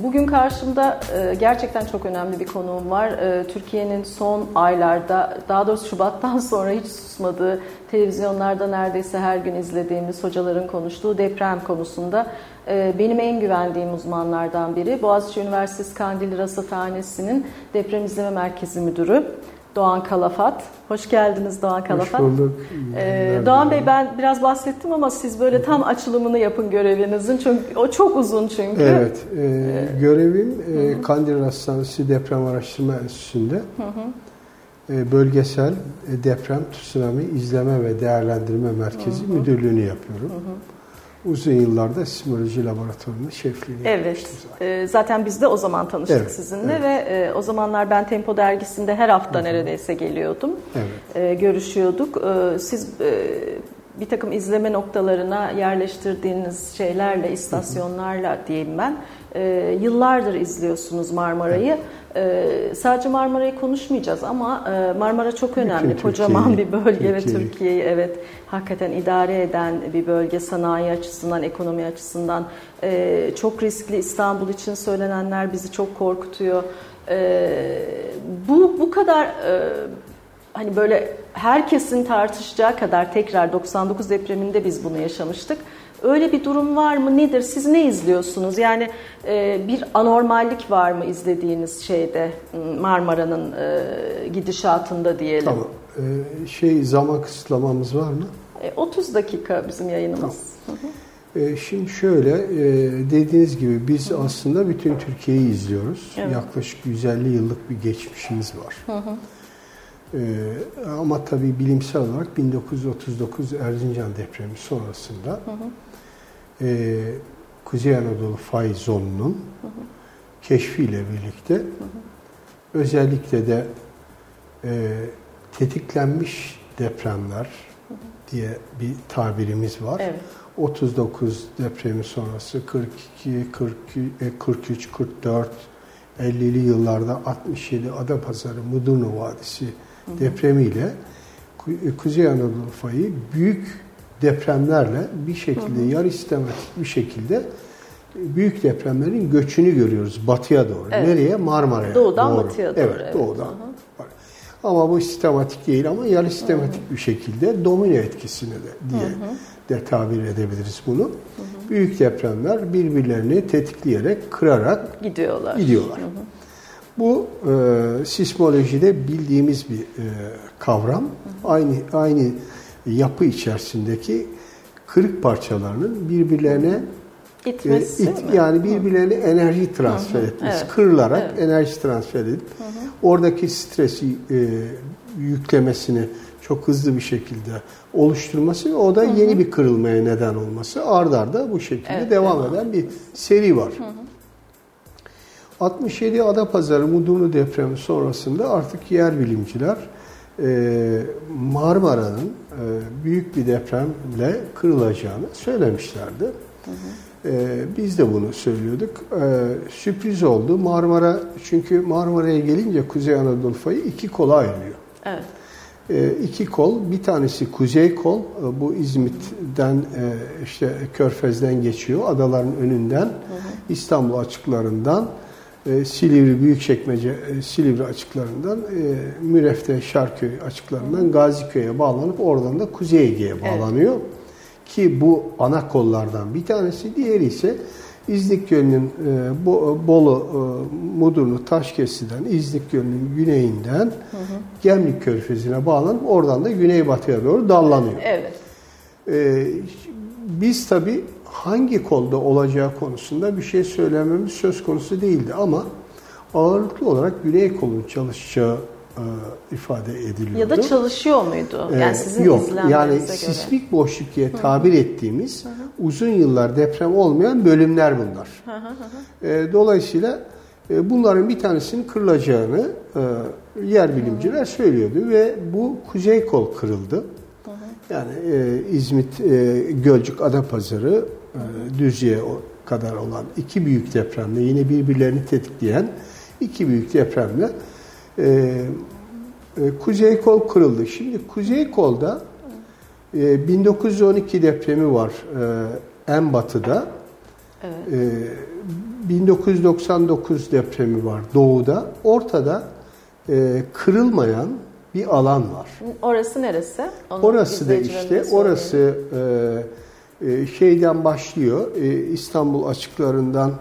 Bugün karşımda gerçekten çok önemli bir konuğum var. Türkiye'nin son aylarda, daha doğrusu Şubat'tan sonra hiç susmadığı, televizyonlarda neredeyse her gün izlediğimiz hocaların konuştuğu deprem konusunda benim en güvendiğim uzmanlardan biri. Boğaziçi Üniversitesi Kandilli Rasathanesi'nin Deprem İzleme Merkezi Müdürü Doğan Kalafat. Hoş geldiniz Doğan Kalafat. Hoş bulduk. Doğan Bey, ben biraz bahsettim ama siz böyle tam açılımını yapın görevinizin. Çünkü o çok uzun çünkü. Evet. Görevim Kandilli Rasathanesi Deprem Araştırma Enstitüsü'nde bölgesel deprem, tsunami izleme ve değerlendirme merkezi müdürlüğünü yapıyorum. Uzun yıllarda sismoloji laboratuvarının şefliğini yapmıştım zaten. Zaten biz de o zaman tanıştık sizinle ve o zamanlar ben Tempo dergisinde her hafta neredeyse geliyordum. Görüşüyorduk. Siz bir takım izleme noktalarına yerleştirdiğiniz şeylerle, istasyonlarla diyeyim ben, yıllardır izliyorsunuz Marmara'yı. Sadece Marmara'yı konuşmayacağız ama Marmara çok önemli. Kocaman bir bölge ve Türkiye'yi hakikaten idare eden bir bölge, sanayi açısından, ekonomi açısından. Çok riskli. İstanbul için söylenenler bizi çok korkutuyor. Bu kadar hani böyle herkesin tartışacağı kadar, tekrar 99 depreminde biz bunu yaşamıştık. Öyle bir durum var mı? Nedir? Siz ne izliyorsunuz? Yani bir anormallik var mı izlediğiniz şeyde, Marmara'nın gidişatında diyelim? Tamam. Zaman kısıtlamamız var mı? 30 dakika bizim yayınımız. Tamam. Şimdi şöyle, dediğiniz gibi biz aslında bütün Türkiye'yi izliyoruz. Evet. Yaklaşık 150 yıllık bir geçmişimiz var. Ama tabii bilimsel olarak 1939 Erzincan depremi sonrasında Kuzey Anadolu fay zonunun keşfiyle birlikte özellikle de tetiklenmiş depremler diye bir tabirimiz var. Evet. 39 depremi sonrası 42, 43, 44, 50'li yıllarda 67 Adapazarı, Mudurnu Vadisi depremiyle Kuzey Anadolu fayı büyük depremlerle bir şekilde yarı sistematik bir şekilde büyük depremlerin göçünü görüyoruz batıya doğru. Evet. Nereye? Marmara'ya doğudan doğru. Batıya doğru. Evet, doğudan. Ama bu sistematik değil ama yarı sistematik bir şekilde domino etkisini de tabir edebiliriz bunu. Büyük depremler birbirlerini tetikleyerek, kırarak gidiyorlar. Bu sismolojide bildiğimiz bir kavram. Aynı yapı içerisindeki kırık parçalarının birbirlerine itmesi, yani birbirlerine enerji transfer etmesi, kırılarak enerji transfer edip oradaki stresi yüklemesini çok hızlı bir şekilde oluşturması ve o da yeni bir kırılmaya neden olması, ard arda bu şekilde devam eden bir seri var. 67 Adapazarı Mudurnu depremi sonrasında artık yer bilimciler Marmara'nın büyük bir depremle kırılacağını söylemişlerdi. Biz de bunu söylüyorduk. Sürpriz oldu. Marmara, çünkü Marmara'ya gelince Kuzey Anadolu fayı iki kola ayrılıyor. Evet. İki kol, bir tanesi kuzey kol, bu İzmit'ten işte Körfez'den geçiyor, adaların önünden, İstanbul açıklarından, Silivri, Büyükçekmece, Silivri açıklarından, Mürefte, Şarköy açıklarından Gaziköy'e bağlanıp oradan da Kuzey Ege'ye bağlanıyor. Evet. Ki bu ana kollardan bir tanesi, diğeri ise İznik Gölü'nün Bolu, Mudurnu, Taşkesi'den, İznik Gölü'nün güneyinden Gemlik Körfezi'ne bağlanıp oradan da güneybatıya doğru dallanıyor. Evet. Biz tabii hangi kolda olacağı konusunda bir şey söylememiz söz konusu değildi ama ağırlıklı olarak güney kolun çalışacağı ifade ediliyordu. Ya da çalışıyor muydu? Yani sizin yok. izlenmenize göre. Sismik boşluk diye tabir ettiğimiz uzun yıllar deprem olmayan bölümler bunlar. Dolayısıyla bunların bir tanesinin kırılacağını yer bilimciler söylüyordu ve bu kuzey kol kırıldı. Yani İzmit, Gölcük, Adapazarı, Düzce'ye kadar olan iki büyük depremle, yine birbirlerini tetikleyen iki büyük depremle kuzey kol kırıldı. Şimdi kuzey kolda 1912 depremi var en batıda. Evet. 1999 depremi var doğuda. Ortada kırılmayan bir alan var. Orası neresi? Orası da işte, orası şeyden başlıyor, İstanbul açıklarından,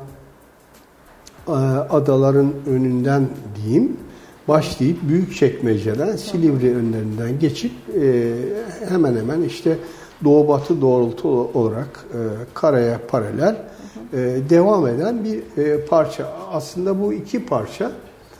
adaların önünden diyeyim, başlayıp Büyükçekmece'den, Silivri önlerinden geçip hemen hemen işte doğu batı doğrultu olarak karaya paralel devam eden bir parça. Aslında bu iki parça.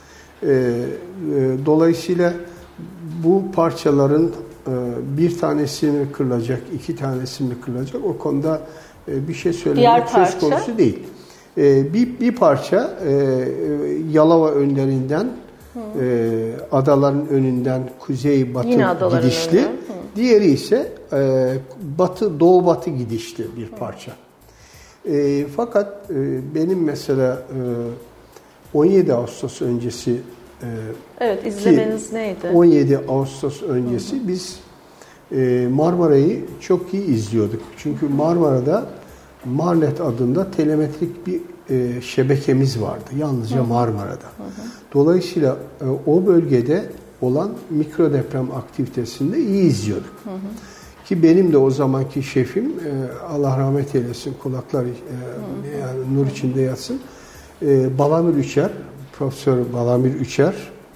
Dolayısıyla bu parçaların bir tanesi mi kırılacak, iki tanesi mi kırılacak, o konuda bir şey söylemek söz konusu değil. Bir parça Yalova önlerinden, adaların önünden kuzey batı gidişli, diğeri ise doğu batı gidişli bir parça. Fakat benim mesela 17 Ağustos öncesi, evet, izlemeniz neydi? 17 Ağustos öncesi biz Marmara'yı çok iyi izliyorduk. Çünkü Marmara'da Marnet adında telemetrik bir şebekemiz vardı. Yalnızca Marmara'da. Dolayısıyla o bölgede olan mikro deprem aktivitesini de iyi izliyorduk. Ki benim de o zamanki şefim, Allah rahmet eylesin, kulaklar yani nur içinde yatsın, Balamir Üçer, Profesör Balamir Üçer,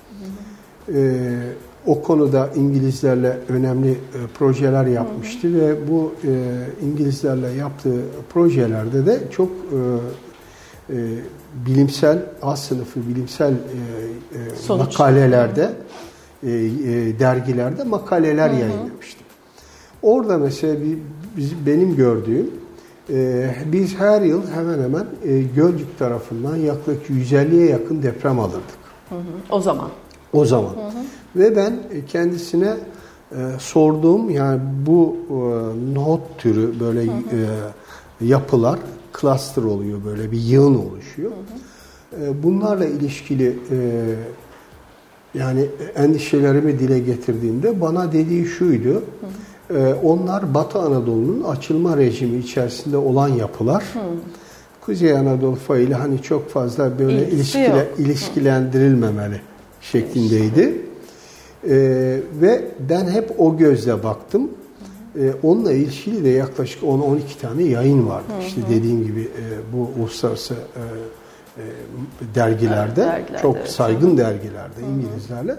o konuda İngilizlerle önemli projeler yapmıştı ve bu İngilizlerle yaptığı projelerde de çok bilimsel, A sınıfı bilimsel makalelerde, dergilerde makaleler yayınlamıştı. Orada mesela benim gördüğüm, biz her yıl hemen hemen Gölcük tarafından yaklaşık 150'ye yakın deprem alırdık. O zaman. Ve ben kendisine sorduğum, yani bu nohut türü böyle yapılar, cluster oluyor, böyle bir yığın oluşuyor. Bunlarla ilişkili yani endişelerimi dile getirdiğimde bana dediği şuydu. Onlar Batı Anadolu'nun açılma rejimi içerisinde olan yapılar. Kuzey Anadolu fayıyla hani çok fazla böyle ilişkilendirilmemeli şeklindeydi. Ve ben hep o gözle baktım. Onunla ilgili de yaklaşık 10-12 tane yayın vardı. İşte dediğim gibi bu uluslararası dergilerde, çok saygın dergilerde İngilizlerle.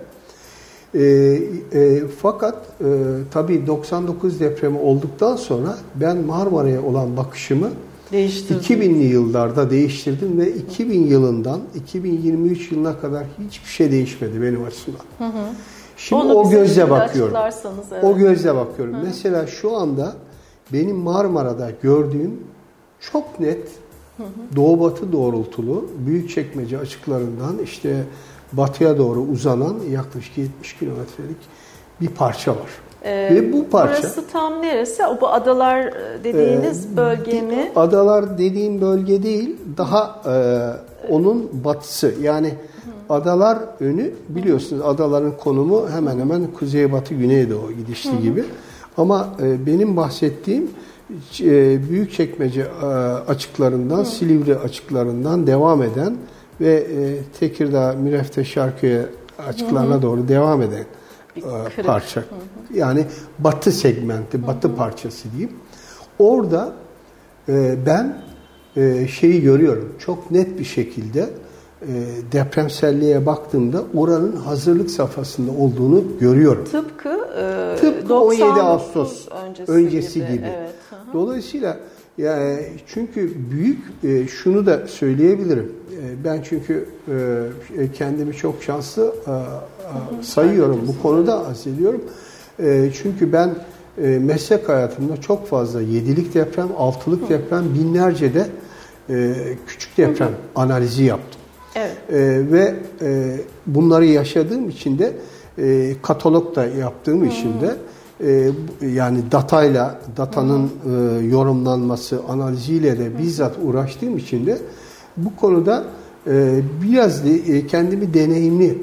Fakat tabii 99 depremi olduktan sonra ben Marmara'ya olan bakışımı 2000'li yıllarda değiştirdim ve 2000 yılından 2023 yılına kadar hiçbir şey değişmedi benim açımdan. Şimdi o gözle bakıyorum. Evet. O gözle bakıyorum. Mesela şu anda benim Marmara'da gördüğüm çok net doğu batı doğrultulu Büyükçekmece açıklarından işte batıya doğru uzanan yaklaşık 70 kilometrelik bir parça var. Ve bu parça... Burası tam neresi? Bu adalar dediğiniz bölge mi? Adalar dediğim bölge değil, daha onun batısı. Yani adalar önü, biliyorsunuz adaların konumu hemen hemen kuzeybatı güneydoğu gidişli gibi. Ama benim bahsettiğim Büyükçekmece açıklarından, Silivri açıklarından devam eden ve Tekirdağ, Mürefte, Şarköy açıklarına doğru devam eden parça. Yani batı segmenti, batı parçası diyeyim. Orada ben şeyi görüyorum. Çok net bir şekilde depremselliğe baktığımda oranın hazırlık safhasında olduğunu görüyorum. Tıpkı 17 Ağustos öncesi gibi. Evet. Dolayısıyla yani çünkü büyük şunu da söyleyebilirim. Ben çünkü kendimi çok şanslı sayıyorum. Bu konuda azeliyorum. Çünkü ben meslek hayatımda çok fazla 7'lik deprem, 6'lık deprem, binlerce de küçük deprem analizi yaptım. Evet. Ve bunları yaşadığım için de katalog da yaptığım için de yani datanın yorumlanması, analiziyle de bizzat uğraştığım için de bu konuda biraz kendimi deneyimli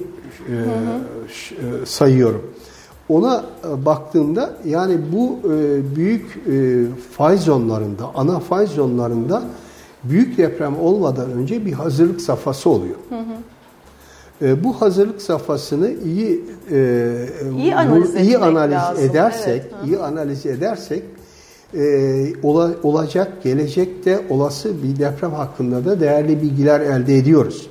sayıyorum. Ona baktığımda yani bu büyük fay zonlarında, ana fay zonlarında büyük deprem olmadan önce bir hazırlık safhası oluyor. Bu hazırlık safhasını iyi analiz edersek, olacak gelecekte olası bir deprem hakkında da değerli bilgiler elde ediyoruz.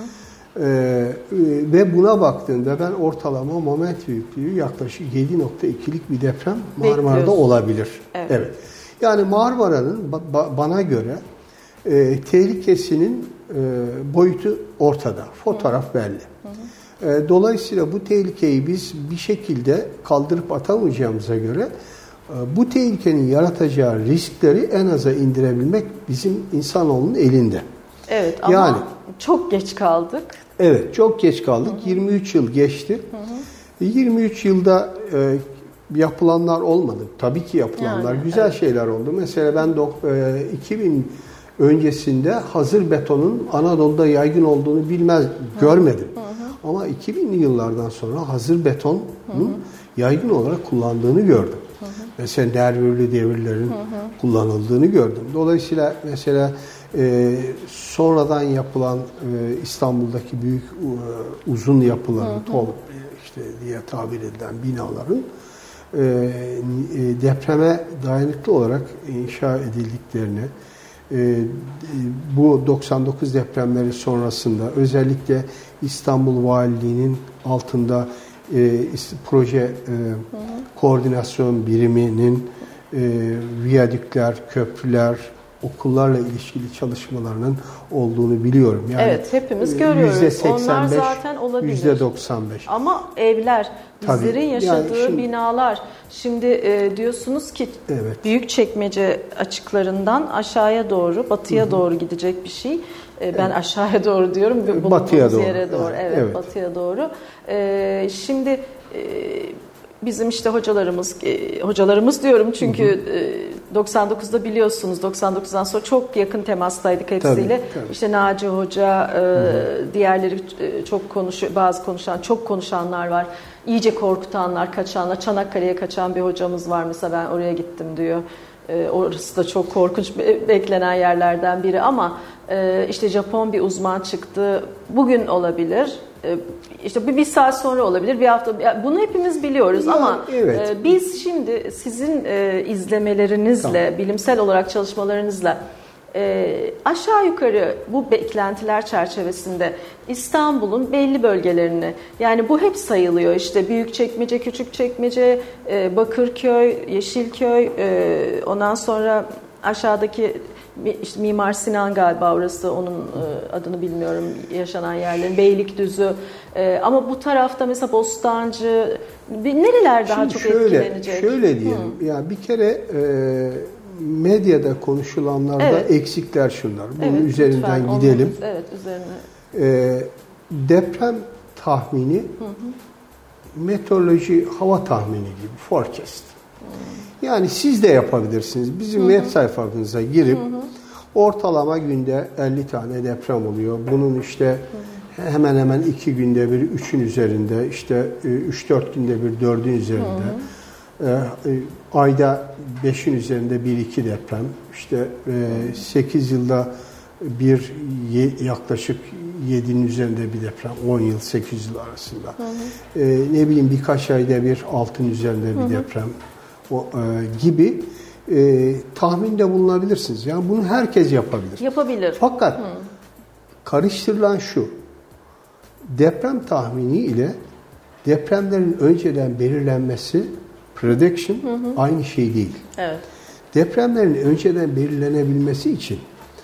Ve buna baktığında ben ortalama moment büyüklüğü yaklaşık 7.2'lik bir deprem Marmara'da olabilir. Evet. Yani Marmara'nın bana göre tehlikesinin boyutu ortada. Fotoğraf belli. Dolayısıyla bu tehlikeyi biz bir şekilde kaldırıp atamayacağımıza göre bu tehlikenin yaratacağı riskleri en aza indirebilmek bizim insanoğlunun elinde. Evet ama yani, çok geç kaldık. Evet, çok geç kaldık. 23 yıl geçti. 23 yılda yapılanlar olmadı. Tabii ki yapılanlar, güzel şeyler oldu. Mesela ben 2000 öncesinde hazır betonun Anadolu'da yaygın olduğunu görmedim. Ama 2000'li yıllardan sonra hazır betonun yaygın olarak kullandığını gördüm. Mesela nervürlü devirlerin kullanıldığını gördüm. Dolayısıyla mesela sonradan yapılan İstanbul'daki büyük uzun yapıların işte diye tabir edilen binaların depreme dayanıklı olarak inşa edildiklerini, bu 99 depremleri sonrasında özellikle İstanbul Valiliği'nin altında proje koordinasyon biriminin viyadükler, köprüler, okullarla ilişkili çalışmalarının olduğunu biliyorum. Yani evet, hepimiz görüyoruz. %85, onlar zaten olabilir. %95. Ama evler, bizlerin yaşadığı binalar. Şimdi diyorsunuz ki Büyükçekmece açıklarından aşağıya doğru, batıya doğru gidecek bir şey. Ben aşağıya doğru diyorum. Batıya doğru. Yere doğru. Evet, batıya doğru. Şimdi bizim işte hocalarımız diyorum çünkü 99'da biliyorsunuz 99'dan sonra çok yakın temastaydık hepsiyle. Tabii. İşte Naci Hoca, diğerleri çok çok konuşanlar var. İyice korkutanlar, kaçanlar. Çanakkale'ye kaçan bir hocamız var mesela, ben oraya gittim diyor. Orası da çok korkunç beklenen yerlerden biri ama işte Japon bir uzman çıktı. Bugün olabilir. İşte bir saat sonra olabilir, bir hafta. Bunu hepimiz biliyoruz ama biz şimdi sizin izlemelerinizle, bilimsel olarak çalışmalarınızla aşağı yukarı bu beklentiler çerçevesinde İstanbul'un belli bölgelerini, yani bu hep sayılıyor, işte Büyükçekmece, Küçükçekmece, Bakırköy, Yeşilköy, ondan sonra aşağıdaki işte Mimar Sinan galiba orası, onun adını bilmiyorum, yaşanan yerlerin, Beylikdüzü, ama bu tarafta mesela Bostancı, nereler daha çok etkilenecek? Şöyle diyelim, yani bir kere medyada konuşulanlarda eksikler şunlar. Bunun üzerinden gidelim. Evet, üzerine. Deprem tahmini, meteoroloji hava tahmini gibi, forecast. Yani siz de yapabilirsiniz. Bizim web sayfamıza girip ortalama günde 50 tane deprem oluyor. Bunun işte hemen hemen 2 günde bir 3'ün üzerinde, işte 3-4 günde bir 4'ün üzerinde, ayda 5'in üzerinde 1-2 deprem, işte 8 yılda bir yaklaşık 7'nin üzerinde bir deprem, 10 yıl 8 yıl arasında. Ne bileyim birkaç ayda bir 6'ın üzerinde bir deprem gibi tahminde bulunabilirsiniz. Yani bunu herkes yapabilir. Fakat karıştırılan şu: deprem tahmini ile depremlerin önceden belirlenmesi, prediction, aynı şey değil. Evet. Depremlerin önceden belirlenebilmesi için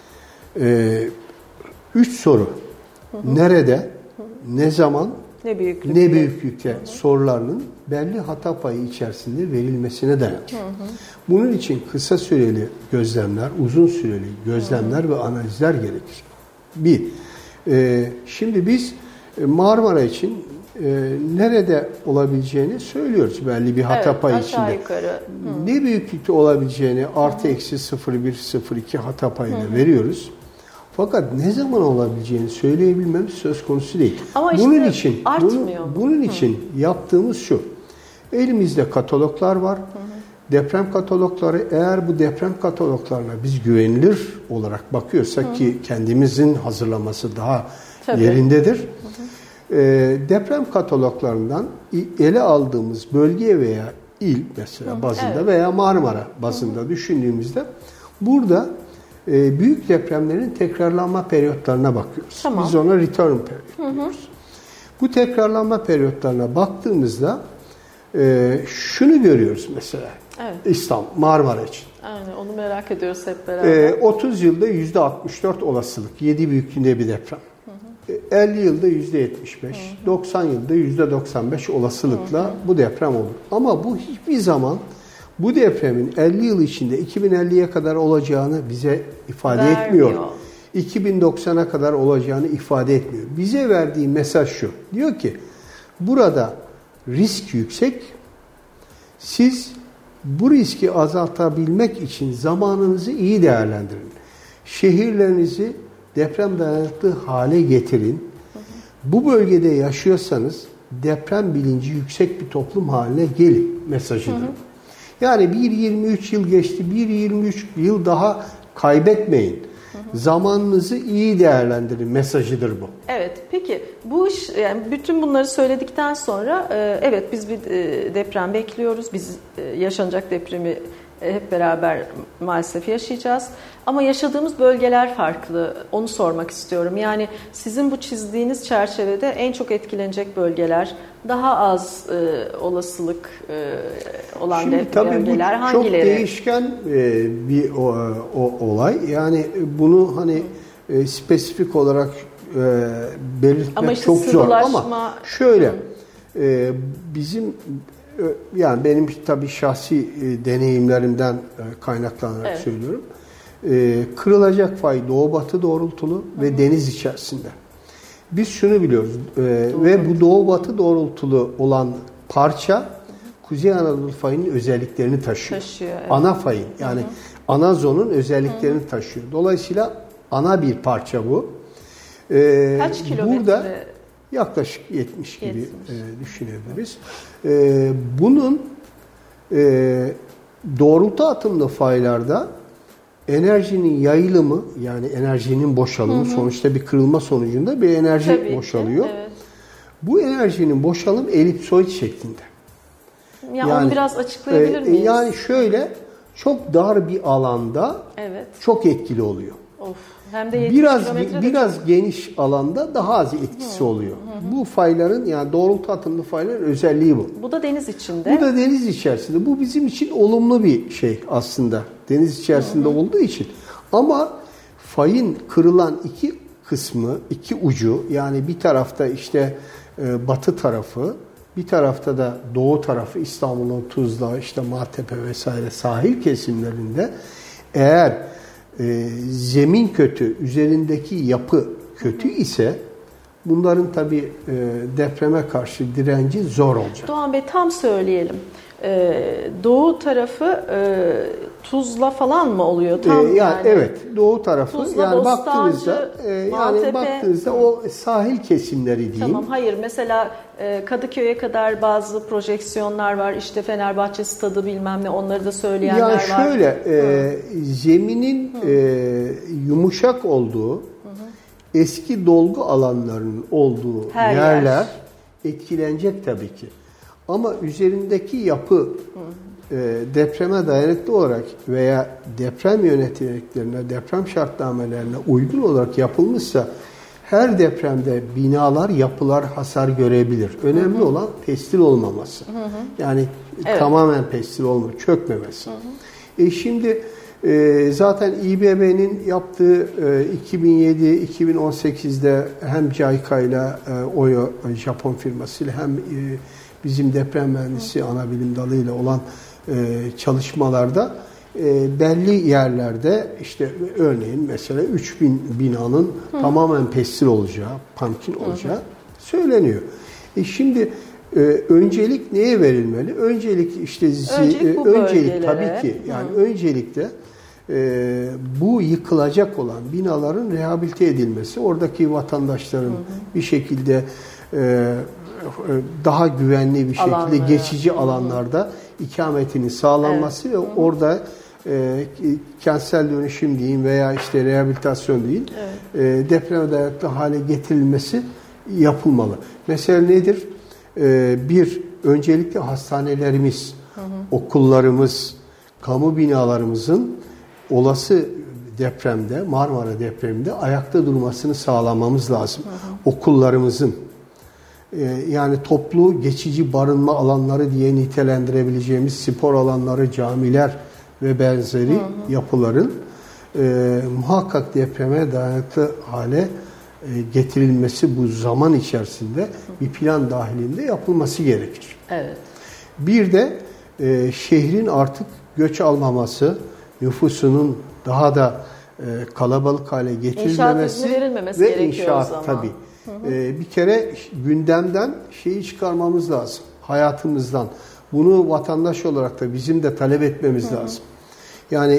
3 soru: nerede, ne zaman, ne büyüklükte sorularının belli hata payı içerisinde verilmesine dayanır. Bunun için kısa süreli gözlemler, uzun süreli gözlemler ve analizler gerekir. Şimdi biz Marmara için nerede olabileceğini söylüyoruz belli bir hata payı içinde. Yukarı. Ne büyüklükte olabileceğini artı eksi 0,1-0,2 hata payıyla veriyoruz. Fakat ne zaman olabileceğini söyleyebilmemiz söz konusu değil. Ama bunun için yaptığımız şu: elimizde kataloglar var. deprem katalogları, eğer bu deprem kataloglarına biz güvenilir olarak bakıyorsak ki kendimizin hazırlaması daha yerindedir. Deprem kataloglarından ele aldığımız bölge veya il mesela bazında veya Marmara bazında düşündüğümüzde burada büyük depremlerin tekrarlanma periyotlarına bakıyoruz. Biz ona return period diyoruz. Bu tekrarlanma periyotlarına baktığımızda şunu görüyoruz mesela. İstanbul, Marmara için. Aynen, onu merak ediyoruz hep beraber. 30 yılda %64 olasılık, 7 büyüklüğünde bir deprem. 50 yılda %75, 90 yılda %95 olasılıkla bu deprem olur. Ama bu hiçbir zaman bu depremin 50 yıl içinde 2050'ye kadar olacağını bize ifade etmiyor. 2090'a kadar olacağını ifade etmiyor. Bize verdiği mesaj şu. Diyor ki burada risk yüksek. Siz bu riski azaltabilmek için zamanınızı iyi değerlendirin. Şehirlerinizi deprem dayanıklı hale getirin. Bu bölgede yaşıyorsanız deprem bilinci yüksek bir toplum haline gelin mesajıdır. Yani 1-23 yıl geçti, 1-23 yıl daha kaybetmeyin. Zamanınızı iyi değerlendirin mesajıdır bu. Evet, peki bu iş, yani bütün bunları söyledikten sonra evet biz bir deprem bekliyoruz. Biz yaşanacak depremi hep beraber maalesef yaşayacağız. Ama yaşadığımız bölgeler farklı. Onu sormak istiyorum. Yani sizin bu çizdiğiniz çerçevede en çok etkilenecek bölgeler, daha az olasılık olan şimdi, bölgeler hangileri? Çok değişken bir olay. Yani bunu hani spesifik olarak belirtmek çok zor. Ama şöyle bizim yani benim tabii şahsi deneyimlerimden kaynaklanarak söylüyorum. Kırılacak fay doğu-batı doğrultulu ve deniz içerisinde. Biz şunu biliyoruz ve bu doğu-batı doğrultulu olan parça Kuzey Anadolu fayının özelliklerini taşıyor. Evet. Ana fayın yani ana zonun özelliklerini taşıyor. Dolayısıyla ana bir parça bu. Kaç kilometre? Burada yaklaşık 70 gibi düşünebiliriz. Bunun doğrultu atımlı faylarda enerjinin yayılımı, yani enerjinin boşalımı, sonuçta bir kırılma sonucunda bir enerji boşalıyor. Evet. Bu enerjinin boşalım elipsoid şeklinde. Yani onu biraz açıklayabilir miyiz? Yani şöyle çok dar bir alanda çok etkili oluyor. Hem de biraz geniş alanda daha az etkisi oluyor. Bu fayların, yani doğrultu atımlı fayların özelliği bu. Bu da deniz içinde. Bu da deniz içerisinde. Bu bizim için olumlu bir şey aslında. Deniz içerisinde olduğu için. Ama fayın kırılan iki kısmı, iki ucu, yani bir tarafta işte batı tarafı, bir tarafta da doğu tarafı, İstanbul'un Tuzla, işte Maltepe vesaire sahil kesimlerinde eğer zemin kötü, üzerindeki yapı kötü ise bunların tabii depreme karşı direnci zor olacak. Doğan Bey, tam söyleyelim. Doğu tarafı Tuzla falan mı oluyor? Yani evet, doğu tarafı Tuzla, yani baktığınızda o sahil kesimleri diyeyim. Tamam, hayır mesela Kadıköy'e kadar bazı projeksiyonlar var. İşte Fenerbahçe stadı bilmem ne, onları da söyleyenler var. Yani şöyle zeminin yumuşak olduğu, eski dolgu alanlarının olduğu yerler etkilenecek tabii ki. Ama üzerindeki yapı depreme dayanıklı olarak veya deprem yönetmeliklerine, deprem şartnamelerine uygun olarak yapılmışsa her depremde binalar, yapılar hasar görebilir. Önemli olan pestil olmaması. Yani tamamen pestil olmaması, çökmemesi. Şimdi zaten İBB'nin yaptığı 2007-2018'de hem JICA ile OYO Japon firmasıyla hem bizim deprem mühendisi ana bilim dalıyla olan çalışmalarda belli yerlerde işte örneğin mesela 3000 binanın tamamen pestil olacağı, pumpkin olacağı söyleniyor. Şimdi öncelik neye verilmeli? Öncelik işte öncelik tabii ki yani öncelikle bu yıkılacak olan binaların rehabilite edilmesi, oradaki vatandaşların bir şekilde daha güvenli bir şekilde geçici alanlarda ikametinin sağlanması ve orada kentsel dönüşüm diyeyim veya işte rehabilitasyon diyeyim, depreme dayanıklı hale getirilmesi yapılmalı. Mesela nedir? Bir, öncelikle hastanelerimiz, okullarımız, kamu binalarımızın olası depremde, Marmara depreminde ayakta durmasını sağlamamız lazım. Okullarımızın, yani toplu geçici barınma alanları diye nitelendirebileceğimiz spor alanları, camiler ve benzeri yapıların muhakkak depreme dayanıklı hale getirilmesi bu zaman içerisinde bir plan dahilinde yapılması gerekir. Evet. Bir de şehrin artık göç almaması, nüfusunun daha da kalabalık hale getirilmemesi ve inşaat tabii. Bir kere gündemden şeyi çıkarmamız lazım, hayatımızdan. Bunu vatandaş olarak da bizim de talep etmemiz lazım. Yani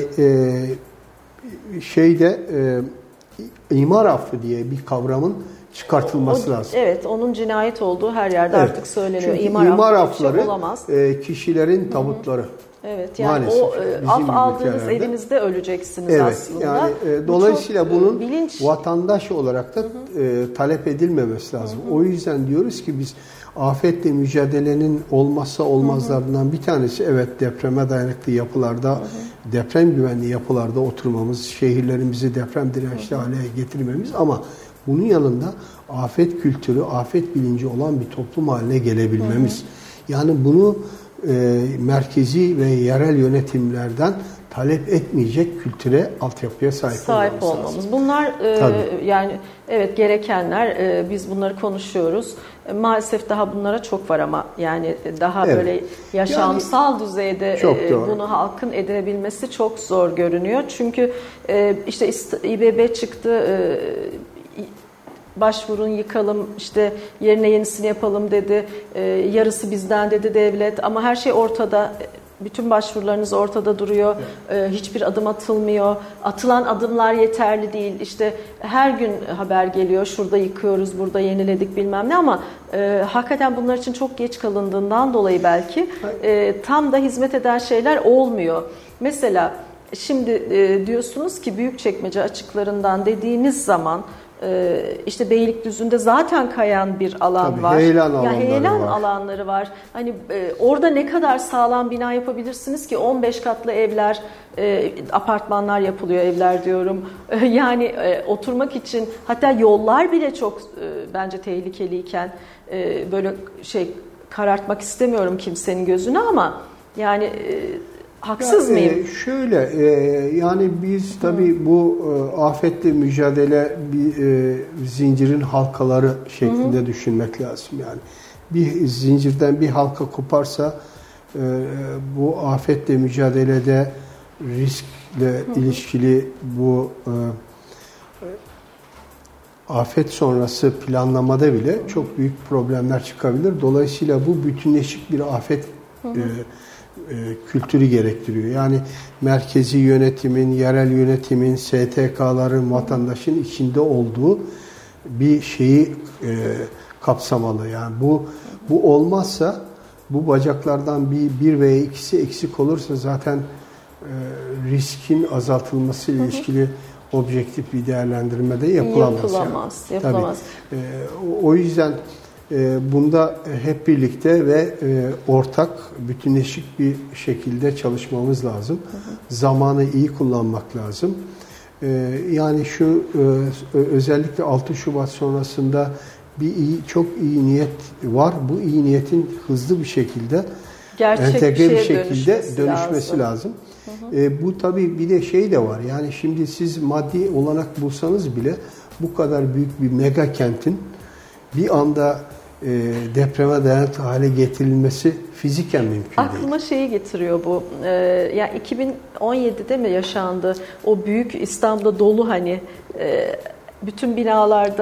imar affı diye bir kavramın çıkartılması lazım. Evet, onun cinayet olduğu her yerde artık söyleniyor. Çünkü imar affları kişilerin tabutları. Evet, yani maalesef, o af aldığınız evinizde öleceksiniz aslında. Yani dolayısıyla bunun vatandaş olarak da talep edilmemesi lazım. O yüzden diyoruz ki biz afetle mücadelenin olmazsa olmazlarından bir tanesi depreme dayanıklı yapılarda, deprem güvenli yapılarda oturmamız, şehirlerimizi deprem dirençli hale getirmemiz ama bunun yanında afet kültürü, afet bilinci olan bir toplum haline gelebilmemiz. Yani bunu merkezi ve yerel yönetimlerden talep etmeyecek kültüre, altyapıya sahip olmamız lazım. Bunlar yani gerekenler, biz bunları konuşuyoruz. Maalesef daha bunlara çok var ama yani daha böyle yaşamsal düzeyde bunu halkın edinebilmesi çok zor görünüyor. Çünkü işte İBB çıktı, başvurun, yıkalım, işte yerine yenisini yapalım dedi. Yarısı bizden dedi devlet ama her şey ortada. Bütün başvurularınız ortada duruyor. Hiçbir adım atılmıyor. Atılan adımlar yeterli değil. İşte her gün haber geliyor. Şurada yıkıyoruz, burada yeniledik bilmem ne ama hakikaten bunlar için çok geç kalındığından dolayı belki tam da hizmet eden şeyler olmuyor. Mesela şimdi diyorsunuz ki Büyükçekmece açıklarından dediğiniz zaman işte Beylikdüzü'nde zaten kayan bir alan var. Heyelan alanları var. Hani orada ne kadar sağlam bina yapabilirsiniz ki 15 katlı evler, apartmanlar yapılıyor, evler diyorum. Yani oturmak için hatta yollar bile çok bence tehlikeliyken böyle karartmak istemiyorum kimsenin gözünü ama yani haksız mıyım? Yani biz tabii bu afetle mücadele bir zincirin halkaları şeklinde düşünmek lazım. Yani bir zincirden bir halka koparsa bu afetle mücadelede riskle ilişkili bu afet sonrası planlamada bile çok büyük problemler çıkabilir. Dolayısıyla bu bütünleşik bir afet kültürü gerektiriyor. Yani merkezi yönetimin, yerel yönetimin, STK'ların, vatandaşın içinde olduğu bir şeyi kapsamalı. Yani bu olmazsa, bu bacaklardan bir veya ikisi eksik olursa zaten riskin azaltılması ile ilişkili objektif bir değerlendirme de yapılamaz. Yapılamaz. O yüzden bunda hep birlikte ve ortak, bütünleşik bir şekilde çalışmamız lazım. Zamanı iyi kullanmak lazım. Yani şu özellikle 6 Şubat sonrasında çok iyi niyet var. Bu iyi niyetin hızlı bir şekilde entegre bir şekilde dönüşmesi lazım. Bu tabii bir de de var. Yani şimdi siz maddi olanak bulsanız bile bu kadar büyük bir mega kentin bir anda depreme dayanıklı hale getirilmesi fiziken mümkün değil. Aklıma şeyi getiriyor bu. Yani 2017'de mi yaşandı? O büyük İstanbul'da dolu bütün binalarda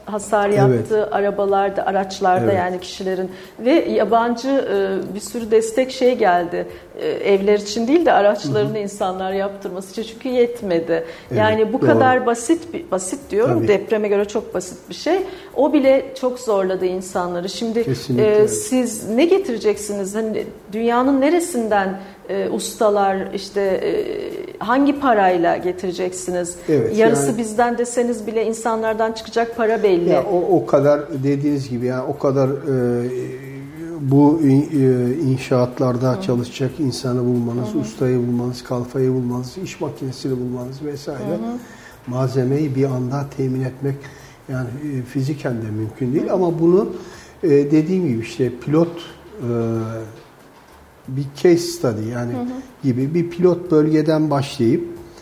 hasar yaptı, arabalarda, araçlarda yani kişilerin ve yabancı bir sürü destek geldi. Evler için değil de araçlarını insanlar yaptırması için, çünkü yetmedi. Yani bu kadar basit diyorum, depreme göre çok basit bir şey. O bile çok zorladı insanları. Şimdi siz ne getireceksiniz? Hani dünyanın neresinden ustalar, işte hangi parayla getireceksiniz? Yarısı bizden deseniz bile insanlardan çıkacak para belli. Ya o kadar dediğiniz gibi, yani o kadar bu inşaatlarda çalışacak insanı bulmanız, ustayı bulmanız, kalfayı bulmanız, iş makinesini bulmanız vesaire, malzemeyi bir anda temin etmek yani fiziken de mümkün değil. Ama bunu dediğim gibi işte pilot bir case study yani gibi bir pilot bölgeden başlayıp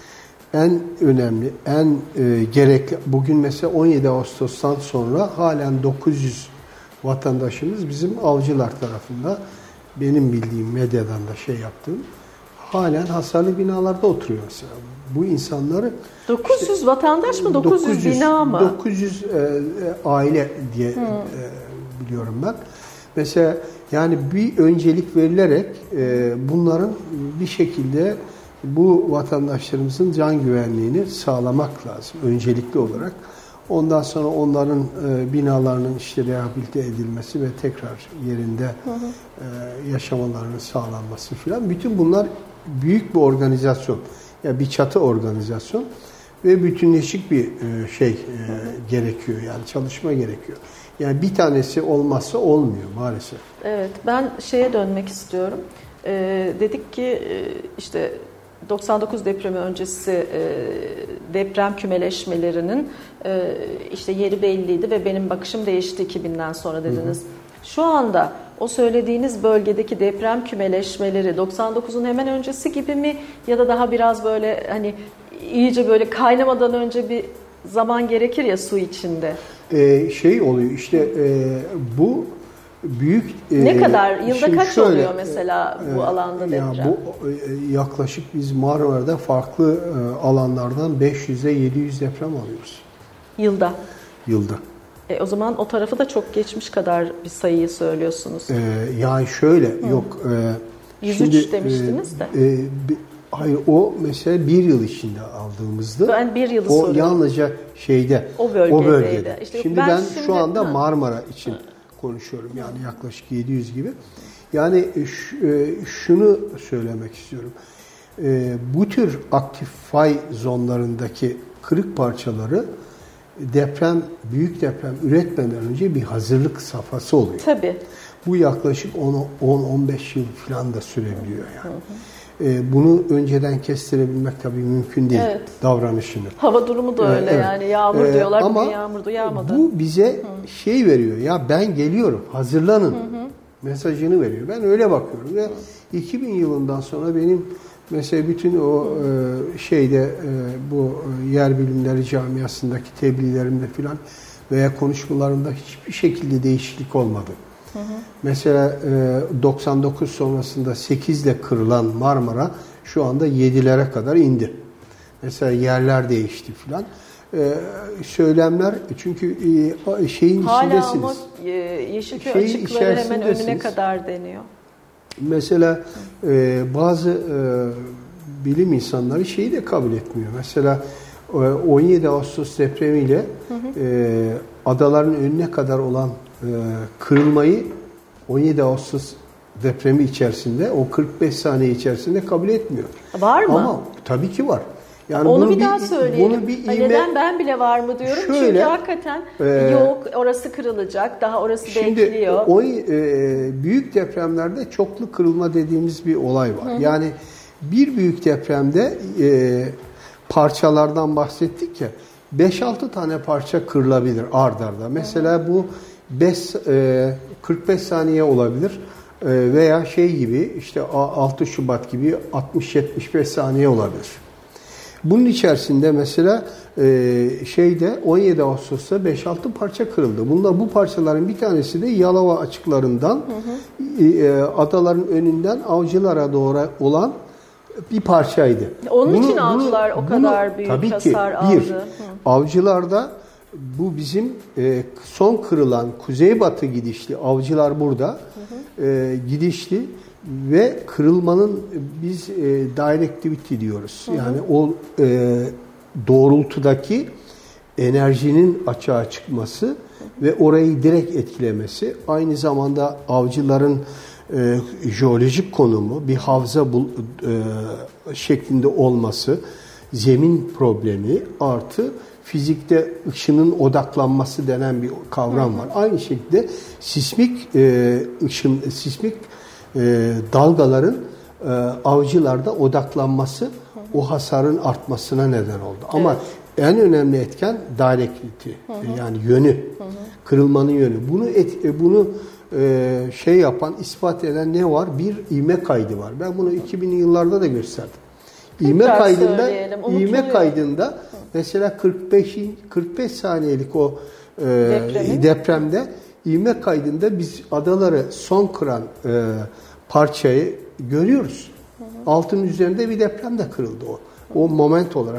en önemli, en gerekli, bugün mesela 17 Ağustos'tan sonra halen 900 vatandaşımız bizim avcılar tarafında, benim bildiğim medyadan da yaptığım, halen hasarlı binalarda oturuyor mesela. Bu insanları 900 işte, vatandaş mı? 900 bina mı? 900 aile diye biliyorum ben. Mesela yani bir öncelik verilerek bunların bir şekilde bu vatandaşlarımızın can güvenliğini sağlamak lazım öncelikli olarak. Ondan sonra onların binalarının işte rehabilite edilmesi ve tekrar yerinde yaşamalarının sağlanması filan. Bütün bunlar büyük bir organizasyon. Yani bir çatı organizasyon ve bütünleşik bir gerekiyor. Yani çalışma gerekiyor. Yani bir tanesi olmazsa olmuyor maalesef. Evet, ben dönmek istiyorum. Dedik ki işte 99 depremi öncesi deprem kümeleşmelerinin işte yeri belliydi ve benim bakışım değişti 2000'den sonra dediniz. Şu anda o söylediğiniz bölgedeki deprem kümeleşmeleri 99'un hemen öncesi gibi mi, ya da daha biraz böyle hani iyice böyle kaynamadan önce bir zaman gerekir ya su içinde? Oluyor işte bu büyük... ne kadar? Yılda kaç oluyor mesela bu alanda deprem? Ya bu yaklaşık biz Marmara'da farklı alanlardan 500'e 700 deprem alıyoruz. Yılda? Yılda. O zaman o tarafı da çok geçmiş kadar bir sayıyı söylüyorsunuz. Yani şöyle yok. 103 demiştiniz de. Hayır, o mesela bir yıl içinde aldığımızda. Ben bir yılı o soruyorum. Yalnızca o bölgede. İşte şimdi ben şu anda Marmara için konuşuyorum. Yani yaklaşık 700 gibi. Yani şunu söylemek istiyorum. Bu tür aktif fay zonlarındaki kırık parçaları büyük deprem üretmeden önce bir hazırlık safhası oluyor. Tabii. Bu yaklaşık 10-15 yıl falan da sürebiliyor yani. Bunu önceden kestirebilmek tabii mümkün değil, davranışını. Hava durumu da öyle yani, yağmur diyorlar, bugün yağmurdu, yağmadı. Bu bize veriyor ya, ben geliyorum, hazırlanın mesajını veriyor. Ben öyle bakıyorum ve 2000 yılından sonra benim mesela bütün o bu yer bilimleri camiasındaki tebliğlerimde filan veya konuşmalarımda hiçbir şekilde değişiklik olmadı. Mesela 99 sonrasında 8 ile kırılan Marmara şu anda 7'lere kadar indi. Mesela yerler değişti filan. Söylemler, çünkü şeyin hala içindesiniz. Hala ama Yeşilköy açıkları hemen önüne kadar deniyor. Mesela bazı bilim insanları de kabul etmiyor. Mesela 17 Ağustos depremiyle adaların önüne kadar olan kırılmayı 17 Ağustos depremi içerisinde, o 45 saniye içerisinde kabul etmiyor. Var mı? Ama tabii ki var. Yani onu bir daha söyleyelim. Neden ben bile var mı diyorum? Çünkü hakikaten yok, orası kırılacak, daha orası bekliyor. Şimdi büyük depremlerde çoklu kırılma dediğimiz bir olay var. Yani bir büyük depremde parçalardan bahsettik ya, 5-6 tane parça kırılabilir ard arda. Mesela bu 45 saniye olabilir veya gibi işte 6 Şubat gibi 60-75 saniye olabilir. Bunun içerisinde mesela 17 Ağustos'ta 5-6 parça kırıldı. Bu parçaların bir tanesi de Yalova açıklarından adaların önünden Avcılar'a doğru olan bir parçaydı. Onun için Avcılar o kadar büyük hasar aldı. Avcılar'da bu bizim son kırılan kuzeybatı gidişli avcılar burada gidişli ve kırılmanın biz directivity diyoruz. Yani o doğrultudaki enerjinin açığa çıkması ve orayı direkt etkilemesi, aynı zamanda avcıların jeolojik konumu, bir havza şeklinde olması, zemin problemi artı fizikte ışının odaklanması denen bir kavram var. Aynı şekilde sismik dalgaların avcılarda odaklanması o hasarın artmasına neden oldu. Evet. Ama en önemli etken directivity, yani yönü, kırılmanın yönü. Bunu ispat eden ne var? Bir ivme kaydı var. Ben bunu 2000'li yıllarda da gösterdim. İvme kaydında mesela 45 saniyelik o depremde ivme kaydında biz adaları son kıran parçayı görüyoruz. Altının üzerinde bir deprem de kırıldı o. O moment olarak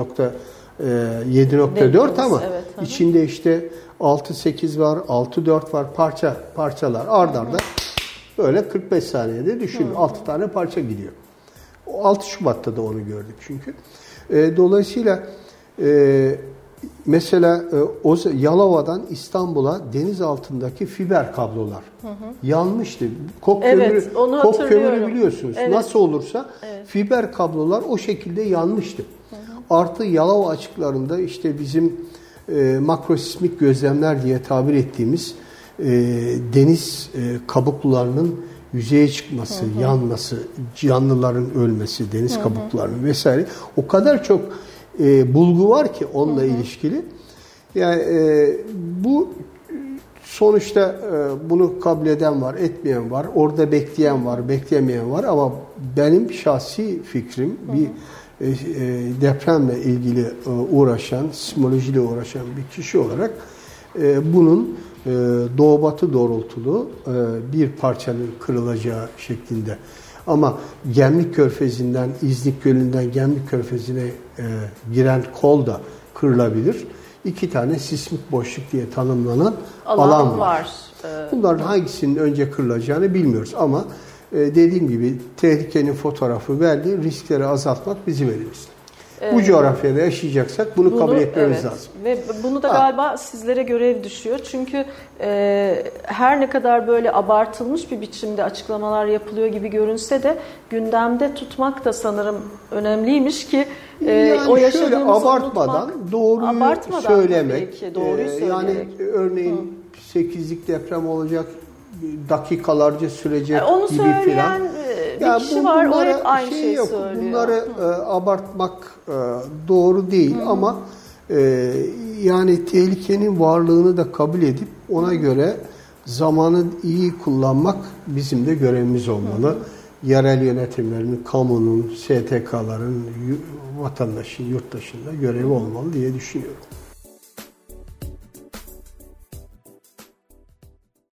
7.4 ama içinde işte 6.8 var, 6.4 var, parçalar ard arda böyle 45 saniyede düşünün. 6 tane parça gidiyor. 6 Şubat'ta da onu gördük çünkü. Dolayısıyla mesela Yalova'dan İstanbul'a deniz altındaki fiber kablolar yanmıştı. Kok kömürü biliyorsunuz. Evet. Nasıl olursa fiber kablolar o şekilde yanmıştı. Artı Yalova açıklarında işte bizim makrosismik gözlemler diye tabir ettiğimiz deniz kabuklarının yüzeye çıkması, yanması, canlıların ölmesi, deniz kabuklarının vesaire. O kadar çok bulgu var ki onunla ilişkili. Yani bu sonuçta bunu kabul eden var, etmeyen var. Orada bekleyen var, beklemeyen var. Ama benim şahsi fikrim bir depremle ilgili uğraşan, sismolojiyle uğraşan bir kişi olarak bunun doğu-batı doğrultulu bir parçanın kırılacağı şeklinde. Ama Gemlik Körfezi'nden, İznik Gölü'nden Gemlik Körfezi'ne giren kol da kırılabilir. 2 tane sismik boşluk diye tanımlanan alan var. Bunların hangisinin önce kırılacağını bilmiyoruz ama dediğim gibi tehlikenin fotoğrafı verdi. Riskleri azaltmak bizim elimizde. Bu coğrafyada yaşayacaksak bunu kabul etmemiz lazım. Ve bunu da galiba sizlere görev düşüyor. Çünkü her ne kadar böyle abartılmış bir biçimde açıklamalar yapılıyor gibi görünse de gündemde tutmak da sanırım önemliymiş ki yani o yaşadığımızı abartmadan doğruyu söylemek. Yani örneğin 8'lik deprem olacak, dakikalarca sürecek gibi filan. Bir kişi var, o hep aynı şeyi söylüyor. Bunları abartmak doğru değil ama yani tehlikenin varlığını da kabul edip ona göre zamanı iyi kullanmak bizim de görevimiz olmalı. Yerel yönetimlerin, kamunun, STK'ların, vatandaşın, yurttaşın da görevi olmalı diye düşünüyorum.